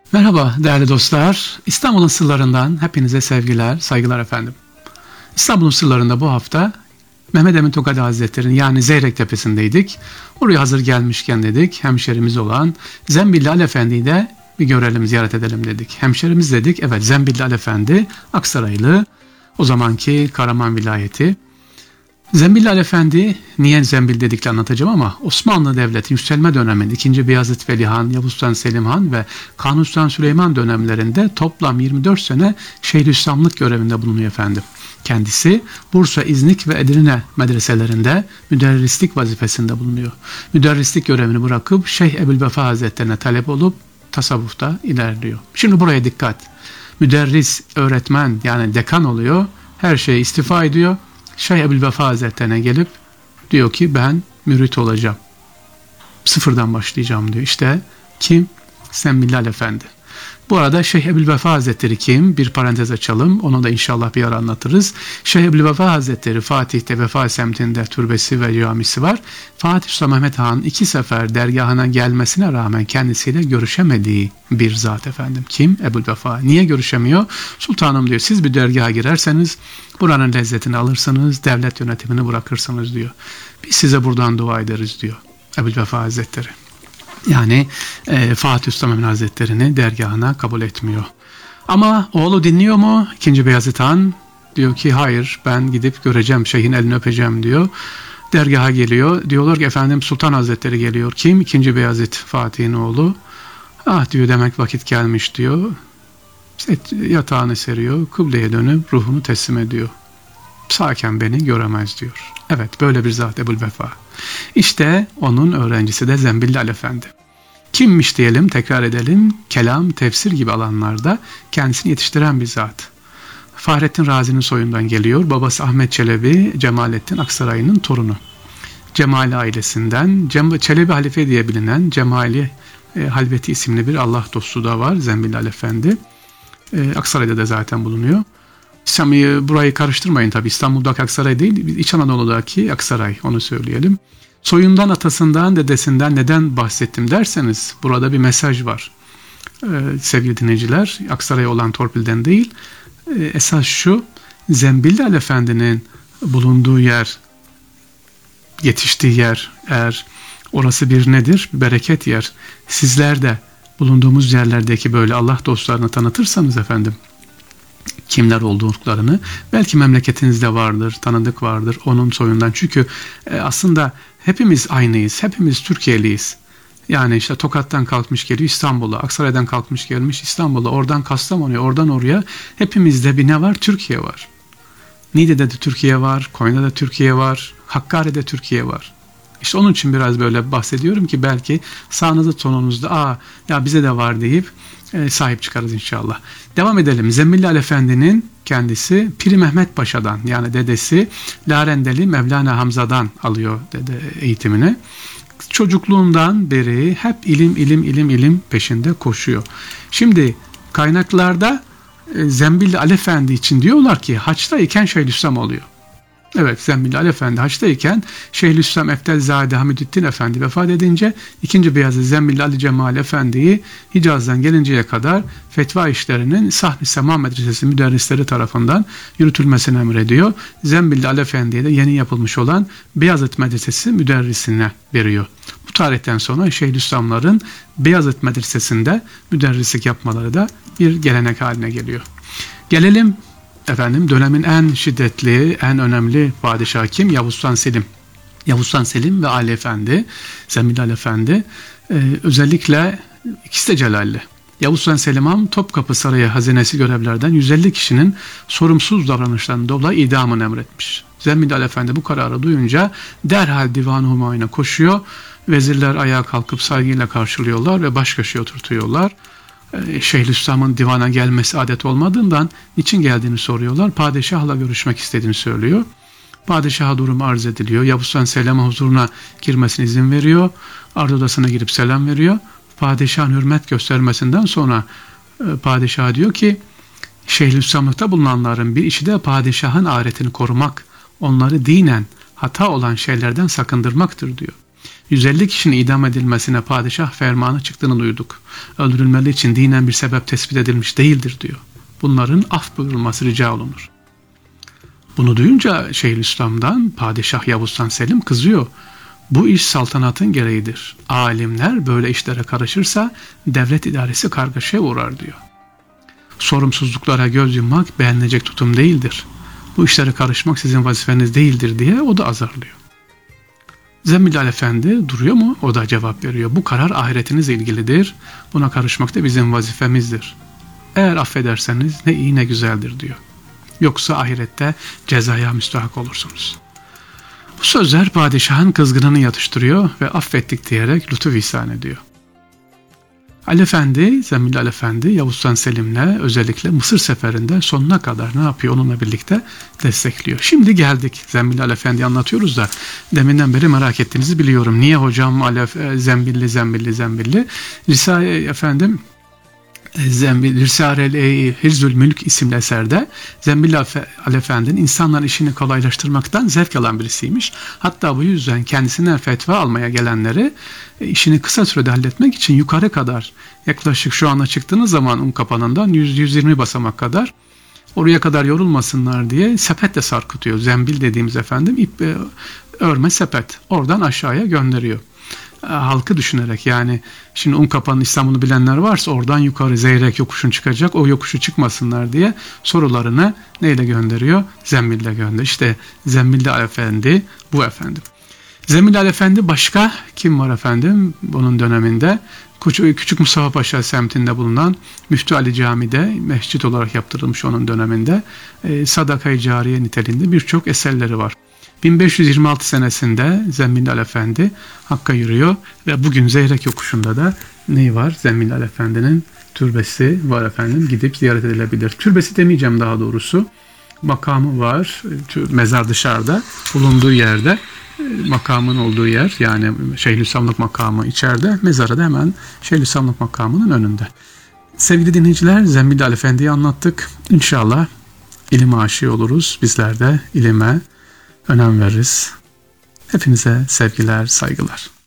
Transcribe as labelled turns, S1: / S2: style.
S1: Merhaba değerli dostlar. İstanbul'un sırlarından hepinize sevgiler, saygılar efendim. İstanbul'un sırlarında bu hafta Mehmet Emin Tokadi Hazretleri'nin yani Zeyrek Tepesi'ndeydik. Oraya hazır gelmişken dedik hemşerimiz olan Zembilli Ali Efendi'yi de bir görelim, ziyaret edelim dedik. Hemşerimiz dedik, evet, Zembilli Ali Efendi Aksaraylı, o zamanki Karaman vilayeti. Zembilli Ali Efendi, niye Zembil dediklerini anlatacağım ama Osmanlı Devleti yükselme döneminde 2. Beyazıt Veli Han, Yavuz Sultan Selim Han ve Kanuni Sultan Süleyman dönemlerinde toplam 24 sene Şeyhülislamlık görevinde bulunuyor efendim. Kendisi Bursa, İznik ve Edirne medreselerinde müderrislik vazifesinde bulunuyor. Müderrislik görevini bırakıp Şeyh Ebu'l-Vefa Hazretlerine talep olup tasavvufta ilerliyor. Şimdi buraya dikkat. Müderris, öğretmen yani dekan oluyor. Her şeyi istifa ediyor. Şeyh Ebu'l-Vefa Hazretlerine gelip diyor ki ben mürit olacağım. Sıfırdan başlayacağım diyor. İşte kim? Zembilli Ali Efendi. Bu arada Şeyh Ebu'l-Vefa Hazretleri kim? Bir parantez açalım. Onu da inşallah bir ara anlatırız. Şeyh Ebu'l-Vefa Hazretleri Fatih'te Vefa semtinde türbesi ve camisi var. Fatih Sultan Mehmet Han 2 sefer dergahına gelmesine rağmen kendisiyle görüşemediği bir zat efendim. Kim? Ebu'l-Vefa. Niye görüşemiyor? Sultanım diyor, siz bir dergaha girerseniz buranın lezzetini alırsınız, devlet yönetimini bırakırsınız diyor. Biz size buradan dua ederiz diyor Ebu'l-Vefa Hazretleri. Yani Fatih Sultan Mehmet Hazretleri'ni dergahına kabul etmiyor. Ama oğlu dinliyor mu? 2. Beyazıt Han diyor ki hayır, ben gidip göreceğim, şeyhin elini öpeceğim diyor. Dergaha geliyor. Diyorlar ki efendim Sultan Hazretleri geliyor. Kim? 2. Beyazıt Fatih'in oğlu. Ah diyor, demek vakit gelmiş diyor. Yatağını seriyor. Kıbleye dönüp ruhunu teslim ediyor. Sağken beni göremez diyor. Evet, böyle bir zat Ebu'l-Vefa. İşte onun öğrencisi de Zembilli Ali Efendi. Kimmiş diyelim, tekrar edelim. Kelam, tefsir gibi alanlarda kendisini yetiştiren bir zat. Fahrettin Razi'nin soyundan geliyor. Babası Ahmet Çelebi, Cemalettin Aksaray'ın torunu. Cemali ailesinden, Çelebi Halife diye bilinen Cemali Halveti isimli bir Allah dostu da var, Zembilli Ali Efendi. Aksaray'da da zaten bulunuyor. Burayı karıştırmayın tabi, İstanbul'daki Aksaray değil, İç Anadolu'daki Aksaray, onu söyleyelim. Soyundan, atasından, dedesinden neden bahsettim derseniz burada bir mesaj var. Sevgili dinleyiciler, Aksaray'a olan torpilden değil, esas şu: Zembilli Ali Efendi'nin bulunduğu yer, yetiştiği yer, eğer orası bir nedir? Bir bereket yer. Sizler de bulunduğumuz yerlerdeki böyle Allah dostlarını tanıtırsanız efendim, kimler olduklarını, belki memleketinizde vardır, tanıdık vardır onun soyundan. Çünkü aslında hepimiz aynıyız, hepimiz Türkiye'liyiz. Yani işte Tokat'tan kalkmış geliyor İstanbul'a, Aksaray'dan kalkmış gelmiş İstanbul'a, oradan Kastamonu'ya, oradan oraya. Hepimizde bir ne var? Türkiye var. Niğde'de de Türkiye var, Konya'da Türkiye var, Hakkari'de Türkiye var. İşte onun için biraz böyle bahsediyorum ki belki sağınızda tonunuzda ya bize de var deyip sahip çıkarız inşallah. Devam edelim. Zembilli Ali Efendi'nin kendisi Piri Mehmet Paşa'dan, yani dedesi Larendeli Mevlana Hamza'dan alıyor eğitimini. Çocukluğundan beri hep ilim peşinde koşuyor. Şimdi kaynaklarda Zembilli Ali Efendi için diyorlar ki haçtayken Şeyhülislam oluyor. Evet, Zembilli Ali Efendi haçtayken Şeyhülislam Eftelzade Hamidüddin Efendi vefat edince 2. Beyazıt Zembilli Ali Cemal Efendi'yi Hicaz'dan gelinceye kadar fetva işlerinin Sahn-ı Sema Medresesi müderrisleri tarafından yürütülmesini emrediyor. Zembilli Ali Efendi'ye de yeni yapılmış olan Beyazıt Medresesi müderrisine veriyor. Bu tarihten sonra Şeyhülislamların Beyazıt Medresesi'nde müderrislik yapmaları da bir gelenek haline geliyor. Gelelim efendim dönemin en şiddetli, en önemli padişahı kim? Yavuz Sultan Selim. Yavuz Sultan Selim ve Ali Efendi, Zembilli Ali Efendi, özellikle ikisi de celalli. Yavuz Sultan Selim Han Topkapı Sarayı hazinesi görevlerden 150 kişinin sorumsuz davranışlarından dolayı idamını emretmiş. Zembilli Ali Efendi bu kararı duyunca derhal Divan-ı Humayun'a koşuyor. Vezirler ayağa kalkıp saygıyla karşılıyorlar ve baş köşeye oturtuyorlar. Şeyhülislam'ın divana gelmesi adet olmadığından niçin geldiğini soruyorlar. Padişahla görüşmek istediğini söylüyor. Padişaha durum arz ediliyor. Yavuz Sultan Selim'e huzuruna girmesine izin veriyor. Ardı odasına girip selam veriyor. Padişahın hürmet göstermesinden sonra padişah diyor ki Şeyhülislamlıkta bulunanların bir işi de padişahın ahiretini korumak, onları dinen hata olan şeylerden sakındırmaktır diyor. 150 kişinin idam edilmesine padişah fermanı çıktığını duyduk. Öldürülmeleri için dinen bir sebep tespit edilmiş değildir diyor. Bunların af buyurulması rica olunur. Bunu duyunca Şeyhülislam'dan Padişah Yavuz Han Selim kızıyor. Bu iş saltanatın gereğidir. Alimler böyle işlere karışırsa devlet idaresi kargaşaya uğrar diyor. Sorumsuzluklara göz yummak beğenilecek tutum değildir. Bu işlere karışmak sizin vazifeniz değildir diye o da azarlıyor. Zembillal Efendi duruyor mu? O da cevap veriyor. Bu karar ahiretinizle ilgilidir. Buna karışmak da bizim vazifemizdir. Eğer affederseniz ne iyi ne güzeldir diyor. Yoksa ahirette cezaya müstahak olursunuz. Bu sözler padişahın kızgınını yatıştırıyor ve affettik diyerek lütuf ihsan ediyor. Ali Efendi, Zembillal Efendi, Yavuz Han Selim'le özellikle Mısır seferinde sonuna kadar ne yapıyor onunla birlikte destekliyor. Şimdi geldik Zembillal Efendi'yi anlatıyoruz da deminden beri merak ettiğinizi biliyorum. Niye hocam Zembilli? Risale efendim Risale-i Hirzül Mülk isimli eserde Zembillal Efendi'nin insanların işini kolaylaştırmaktan zevk alan birisiymiş. Hatta bu yüzden kendisinden fetva almaya gelenleri işini kısa sürede halletmek için yukarı kadar yaklaşık şu anda çıktığınız zaman kapanından 100-120 basamak kadar oraya kadar yorulmasınlar diye sepetle sarkıtıyor. Zembil dediğimiz efendim ip örme sepet. Oradan aşağıya gönderiyor. Halkı düşünerek yani şimdi Unkapanı'nın İstanbul'u bilenler varsa oradan yukarı Zeyrek yokuşun çıkacak o yokuşu çıkmasınlar diye sorularını neyle gönderiyor? Zembille gönderiyor. İşte Zembillal Efendi bu efendim. Zembillal Efendi başka kim var efendim bunun döneminde? Küçük Mustafa Paşa semtinde bulunan Müftü Ali Camii'de mescit olarak yaptırılmış onun döneminde. Sadaka-i Cariye niteliğinde birçok eserleri var. 1526 senesinde Zembillal Efendi Hakk'a yürüyor ve bugün Zeyrek yokuşunda da neyi var? Zembillal Efendi'nin türbesi var efendim. Gidip ziyaret edilebilir. Türbesi demeyeceğim daha doğrusu. Makamı var. Mezar dışarıda. Bulunduğu yerde makamın olduğu yer yani Şeyhülislamlık makamı içeride. Mezarı da hemen Şeyhülislamlık makamının önünde. Sevgili dinleyiciler Zembillal Efendi'yi anlattık. İnşallah ilim aşığı oluruz. Bizler de ilime önem veririz. Hepinize sevgiler, saygılar.